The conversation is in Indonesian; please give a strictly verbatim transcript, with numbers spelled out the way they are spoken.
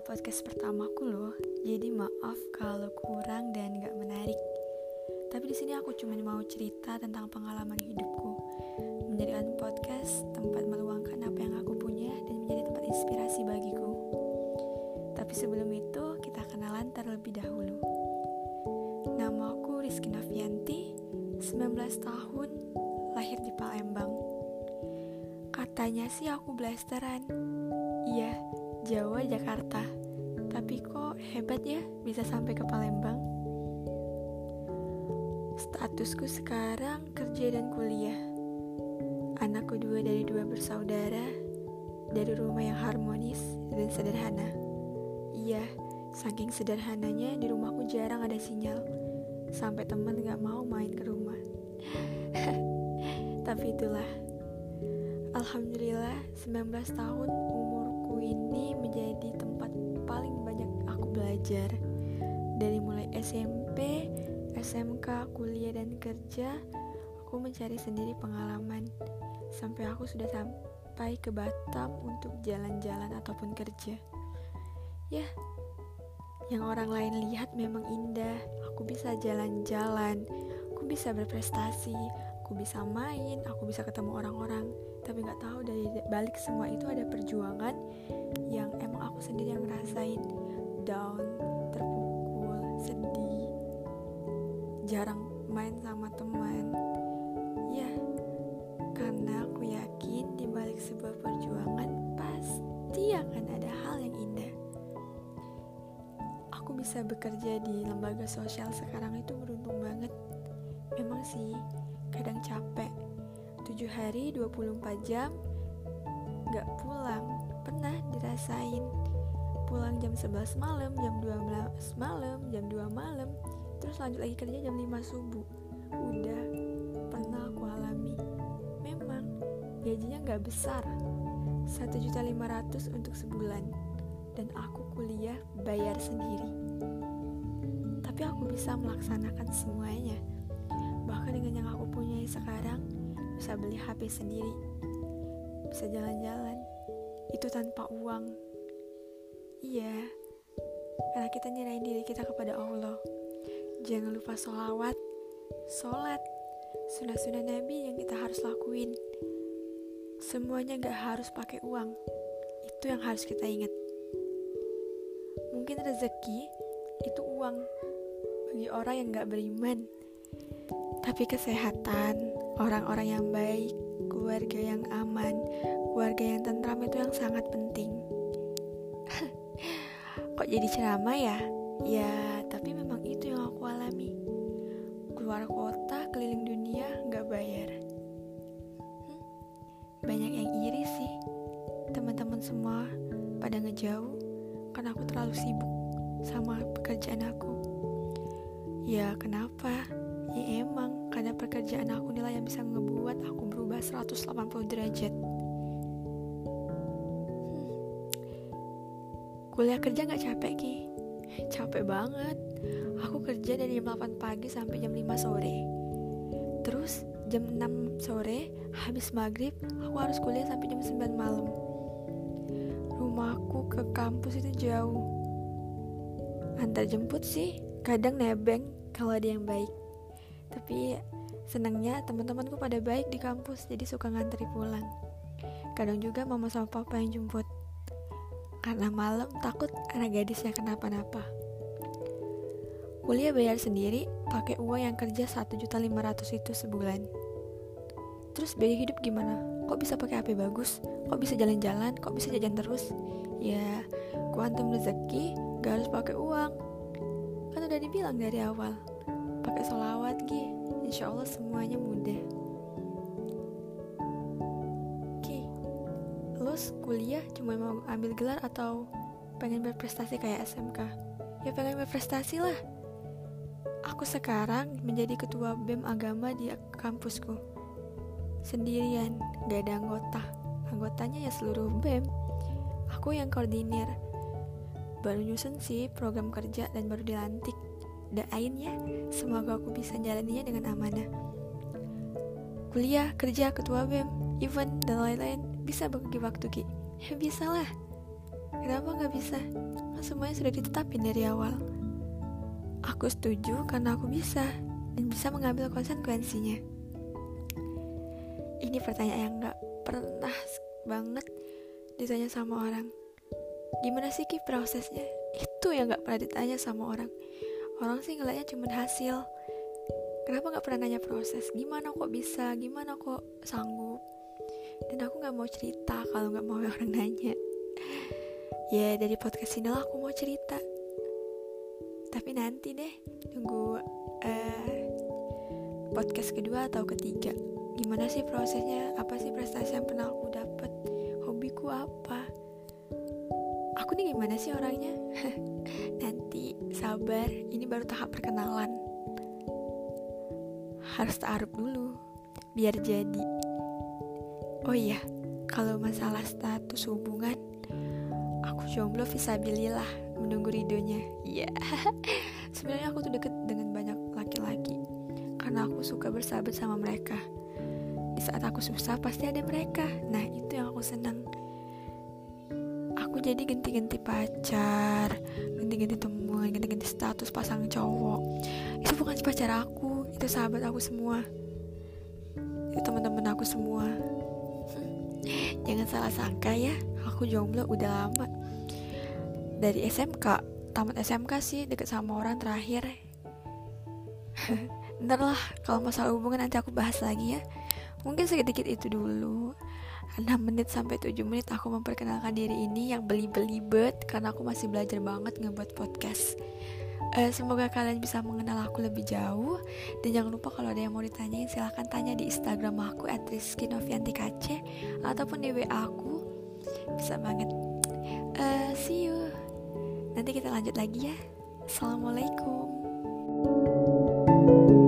adalah podcast pertamaku loh. Jadi maaf kalau kurang dan gak menarik. Tapi di sini aku cuma mau cerita tentang pengalaman hidupku. Menjadikan podcast tempat meluangkan apa yang aku punya dan menjadi tempat inspirasi bagiku. Tapi sebelum itu kita kenalan terlebih dahulu. Nama aku Rizky Nafianti, sembilan belas tahun, lahir di Palembang. Katanya sih aku blasteran. Iya, Jawa Jakarta. Tapi kok hebat ya bisa sampai ke Palembang. Statusku sekarang kerja dan kuliah. Anak kedua dari dua bersaudara, dari rumah yang harmonis dan sederhana. Iya, saking sederhananya di rumahku jarang ada sinyal. Sampai teman gak mau main ke rumah. Tapi itulah, alhamdulillah sembilan belas tahun umurku ini menjadi tempat paling banyak aku belajar. Dari mulai S M P, S M K, kuliah dan kerja, aku mencari sendiri pengalaman. Sampai aku sudah sampai ke Batam untuk jalan-jalan ataupun kerja. Ya, yang orang lain lihat memang indah. Aku bisa jalan-jalan, aku bisa berprestasi, aku bisa main, aku bisa ketemu orang-orang. Tapi gak tahu dari balik semua itu ada perjuangan yang emang aku sendiri yang ngerasain. Down, terpukul, sedih, jarang main sama teman. Ya, karena aku yakin di balik sebuah perjuangan pasti akan ada hal yang indah. Aku bisa bekerja di lembaga sosial sekarang itu beruntung banget. Memang sih, kadang capek. tujuh hari dua puluh empat jam gak pulang, pernah dirasain. Pulang jam sebelas malam, jam dua belas malam, jam dua malam, terus lanjut lagi kerja jam lima subuh. Udah pernah aku alami. Memang gajinya gak besar, satu juta lima ratus ribu untuk sebulan. Dan aku kuliah bayar sendiri. Tapi aku bisa melaksanakan semuanya. Bahkan dengan yang aku punyai sekarang, bisa beli H P sendiri, bisa jalan-jalan, itu tanpa uang. Iya, karena kita nyerahin diri kita kepada Allah. Jangan lupa sholawat, sholat, sunah-sunah Nabi yang kita harus lakuin. Semuanya gak harus pakai uang. Itu yang harus kita ingat. Mungkin rezeki itu uang bagi orang yang gak beriman. Tapi kesehatan, orang-orang yang baik, keluarga yang aman, keluarga yang tentram itu yang sangat penting. Kok jadi ceramah ya? Ya, tapi memang itu yang aku alami. Keluar kota, keliling dunia, gak bayar. hmm? Banyak yang iri sih. Teman-teman semua pada ngejauh karena aku terlalu sibuk sama pekerjaan aku. Ya, kenapa? Ya emang, karena pekerjaan aku inilah yang bisa ngebuat aku berubah seratus delapan puluh derajat. hmm. Kuliah kerja gak capek Ki? Capek banget. Aku kerja dari jam delapan pagi sampai jam lima sore. Terus jam enam sore habis maghrib aku harus kuliah sampai jam sembilan malam. Rumahku ke kampus itu jauh. Antar jemput sih, kadang nebeng kalau ada yang baik. Tapi senangnya teman-temanku pada baik di kampus, jadi suka ngantri pulang. Kadang juga mama sama papa yang jemput, karena malam takut anak gadisnya kenapa-napa. Kuliah bayar sendiri, pakai uang yang kerja satu juta lima ratus ribu itu sebulan. Terus biaya hidup gimana? Kok bisa pakai H P bagus? Kok bisa jalan-jalan? Kok bisa jajan terus? Ya, kuantum rezeki gak harus pakai uang. Kan udah dibilang dari awal, pakai sholawat Ki, insya Allah semuanya mudah. Ki, lo kuliah cuma mau ambil gelar atau pengen berprestasi kayak S M K? Ya pengen berprestasi lah. Aku sekarang menjadi ketua B E M agama di kampusku. Sendirian, gak ada anggota. Anggotanya ya seluruh B E M. Aku yang koordinir. Baru nyusun sih program kerja dan baru dilantik. Doain ya, semoga aku bisa jalaninya dengan amanah. Kuliah, kerja, ketua B E M, event, dan lain-lain. Bisa bagi waktu Ki? Ya bisa lah. Kenapa gak bisa? semuanya sudah ditetapin dari awal. Aku setuju karena aku bisa dan bisa mengambil konsekuensinya. Ini pertanyaan yang gak pernah banget ditanya sama orang. Gimana sih Ki prosesnya? Itu yang gak pernah ditanya sama orang. Orang sih ngeliatnya cuma hasil. Kenapa gak pernah nanya proses? Gimana kok bisa? Gimana kok sanggup? Dan aku gak mau cerita kalau gak mau orang nanya. Ya dari podcast ini lah aku mau cerita. Tapi nanti deh, tunggu uh, podcast kedua atau ketiga. Gimana sih prosesnya? Apa sih prestasi yang pernah aku dapat? Hobiku apa? Aku nih gimana sih orangnya? Nanti sabar, ini baru tahap perkenalan. Harus taaruf dulu, biar jadi. Oh iya, kalau masalah status hubungan, aku jomblo fisabilillah, menunggu ridhonya. Iya. Yeah. Sebenarnya aku tuh deket dengan banyak laki-laki karena aku suka bersahabat sama mereka. Di saat aku susah pasti ada mereka. Nah itu yang aku senang. Aku jadi ganti-ganti pacar, ganti-ganti teman, ganti-ganti status pasang cowok. Itu bukan pacar aku, itu sahabat aku semua, itu teman-teman aku semua. Jangan salah sangka ya, aku jomblo udah lama. Dari S M K, tamat S M K sih deket sama orang terakhir. Ntar lah, kalau masalah hubungan nanti aku bahas lagi ya. Mungkin sedikit itu dulu. enam menit sampai tujuh menit aku memperkenalkan diri ini yang beli-belibet karena aku masih belajar banget ngebuat podcast. uh, Semoga kalian bisa mengenal aku lebih jauh. Dan jangan lupa kalau ada yang mau ditanyain silahkan tanya di Instagram aku at rizky novianti k c ataupun di W A aku. Bisa banget. uh, See you. Nanti kita lanjut lagi ya. Assalamualaikum.